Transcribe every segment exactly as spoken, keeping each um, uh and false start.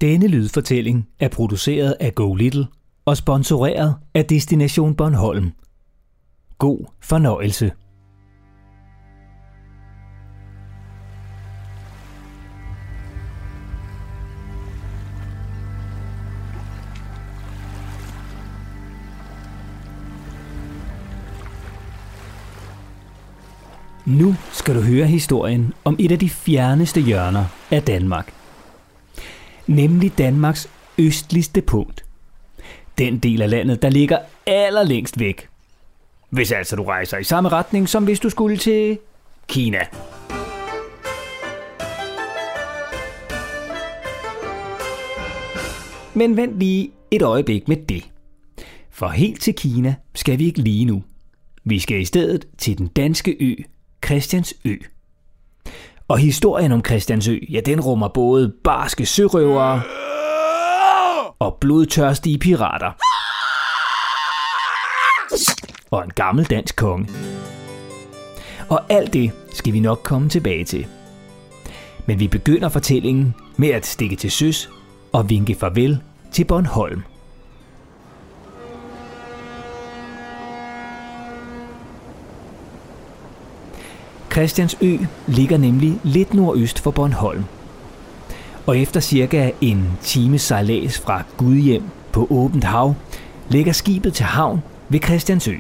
Denne lydfortælling er produceret af Go Little og sponsoreret af Destination Bornholm. God fornøjelse. Nu skal du høre historien om et af de fjerneste hjørner af Danmark. Nemlig Danmarks østligste punkt. Den del af landet, der ligger allerlængst væk. Hvis altså du rejser i samme retning, som hvis du skulle til Kina. Men vent lige et øjeblik med det. For helt til Kina skal vi ikke lige nu. Vi skal i stedet til den danske ø, Christiansø. Og historien om Christiansø, ja, den rummer både barske sørøvere og blodtørstige pirater. Og en gammel dansk konge. Og alt det skal vi nok komme tilbage til. Men vi begynder fortællingen med at stikke til søs og vinke farvel til Bornholm. Christiansø ligger nemlig lidt nordøst for Bornholm. Og efter cirka en times sejlads fra Gudhjem på åbent hav, ligger skibet til havn ved Christiansø.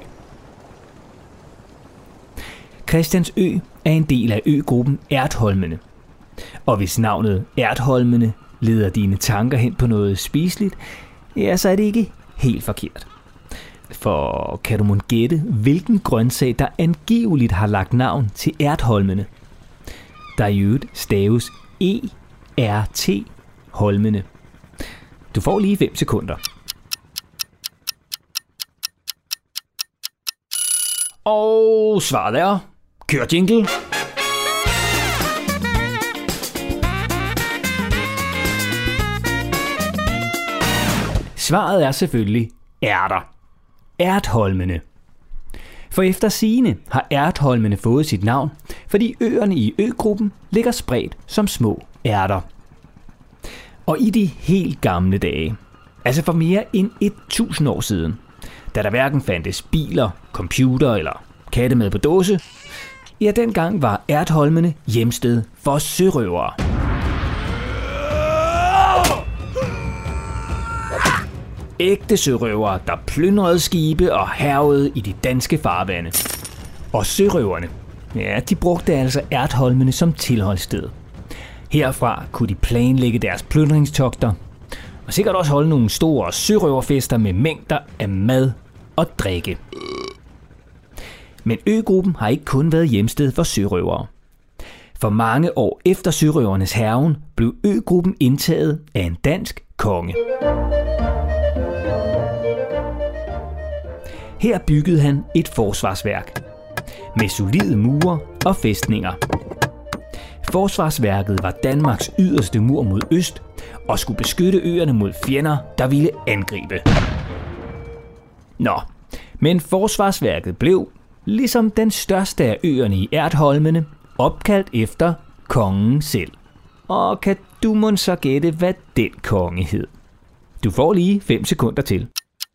Christiansø er en del af øgruppen Ertholmene. Og hvis navnet Ertholmene leder dine tanker hen på noget spiseligt, ja, så er det ikke helt forkert. For kan du mon gætte, hvilken grøntsag, der angiveligt har lagt navn til Ertholmene? Der i øvrigt staves E R T Holmene. Du får lige fem sekunder. Og svaret er... Kør jingle! Svaret er selvfølgelig ærter. Ertholmene. For efter sigende har Ertholmene fået sit navn, fordi øerne i øgruppen ligger spredt som små ærter. Og i de helt gamle dage, altså for mere end tusind år siden, da der hverken fandtes biler, computer eller katte med på dåse, ja, dengang var Ertholmene hjemsted for sørøvere. Ægte sørøvere, der plyndrede skibe og hærgede i de danske farvande. Og sørøverne, ja, de brugte altså Ertholmene som tilholdssted. Herfra kunne de planlægge deres plyndringstogter, og sikkert også holde nogle store sørøverfester med mængder af mad og drikke. Men øgruppen har ikke kun været hjemsted for sørøvere. For mange år efter sørøvernes hærgen blev øgruppen indtaget af en dansk konge. Her byggede han et forsvarsværk med solide mure og fæstninger. Forsvarsværket var Danmarks yderste mur mod øst og skulle beskytte øerne mod fjender, der ville angribe. Nå, men forsvarsværket blev, ligesom den største af øerne i Ertholmene, opkaldt efter kongen selv. Og kan du mon så gætte, hvad den konge hed? Du får lige fem sekunder til.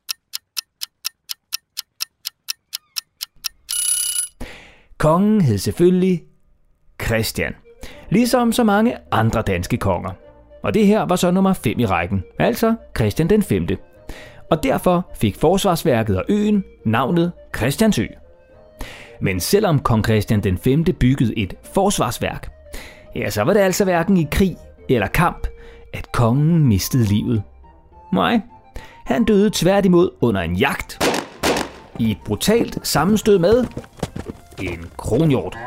Kongen hed selvfølgelig Christian, ligesom så mange andre danske konger. Og det her var så nummer fem i rækken, altså Christian den femte. Og derfor fik forsvarsværket og øen navnet Christiansø. Men selvom kong Christian den femte byggede et forsvarsværk, ja, så var det altså hverken i krig eller kamp, at kongen mistede livet. Nej, han døde tværtimod under en jagt i et brutalt sammenstød med en kronhjort.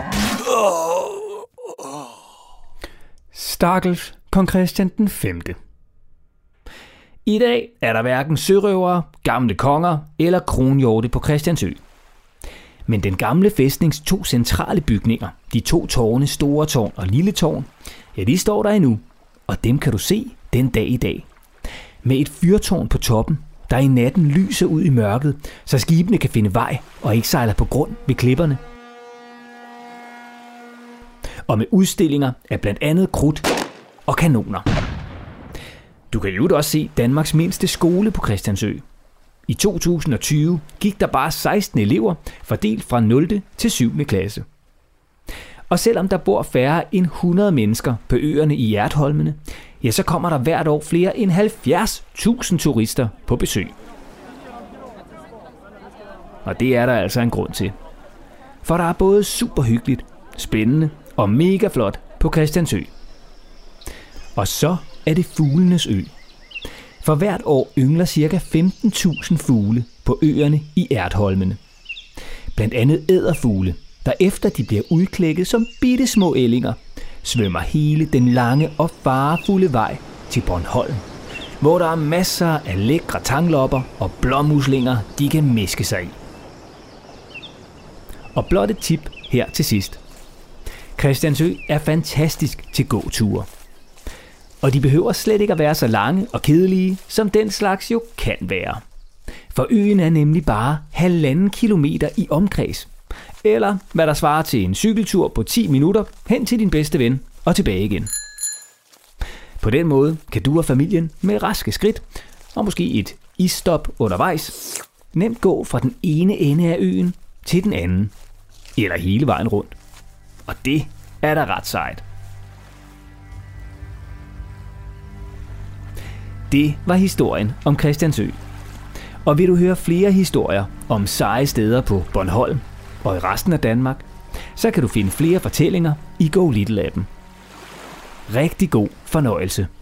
Stakkels kong Christian den femte. I dag er der hverken sørøvere, gamle konger eller kronhjorte på Christiansø. Men den gamle fæstnings to centrale bygninger, de to tårne, Store Tårn og Lille Tårn, ja, de står der endnu, og dem kan du se den dag i dag. Med et fyrtårn på toppen, der i natten lyser ud i mørket, så skibene kan finde vej og ikke sejler på grund ved klipperne. Og med udstillinger af blandt andet krudt og kanoner. Du kan jo også se Danmarks mindste skole på Christiansø. I to tusind og tyve gik der bare seksten elever, fordelt fra nul til syvende klasse. Og selvom der bor færre end hundrede mennesker på øerne i Ertholmene, ja, så kommer der hvert år flere end halvfjerds tusind turister på besøg. Og det er der altså en grund til. For der er både super hyggeligt, spændende og mega flot på Christiansø. Og så er det fuglenes ø. For hvert år yngler ca. femten tusind fugle på øerne i Ertholmene. Blandt andet edderfugle, der efter de bliver udklækket som bitte små ællinger, svømmer hele den lange og farefulde vej til Bornholm, hvor der er masser af lækre tanglopper og blåmuslinger, de kan mæske sig i. Og blot et tip her til sidst. Christiansø er fantastisk til gåture. Og de behøver slet ikke at være så lange og kedelige, som den slags jo kan være. For øen er nemlig bare halvanden kilometer i omkreds. Eller hvad der svarer til en cykeltur på ti minutter hen til din bedste ven og tilbage igen. På den måde kan du og familien med raske skridt og måske et isstop undervejs nemt gå fra den ene ende af øen til den anden. Eller hele vejen rundt. Og det er da ret sejt. Det var historien om Christiansø. Og vil du høre flere historier om seje steder på Bornholm og i resten af Danmark, så kan du finde flere fortællinger i Go Little appen. Rigtig god fornøjelse.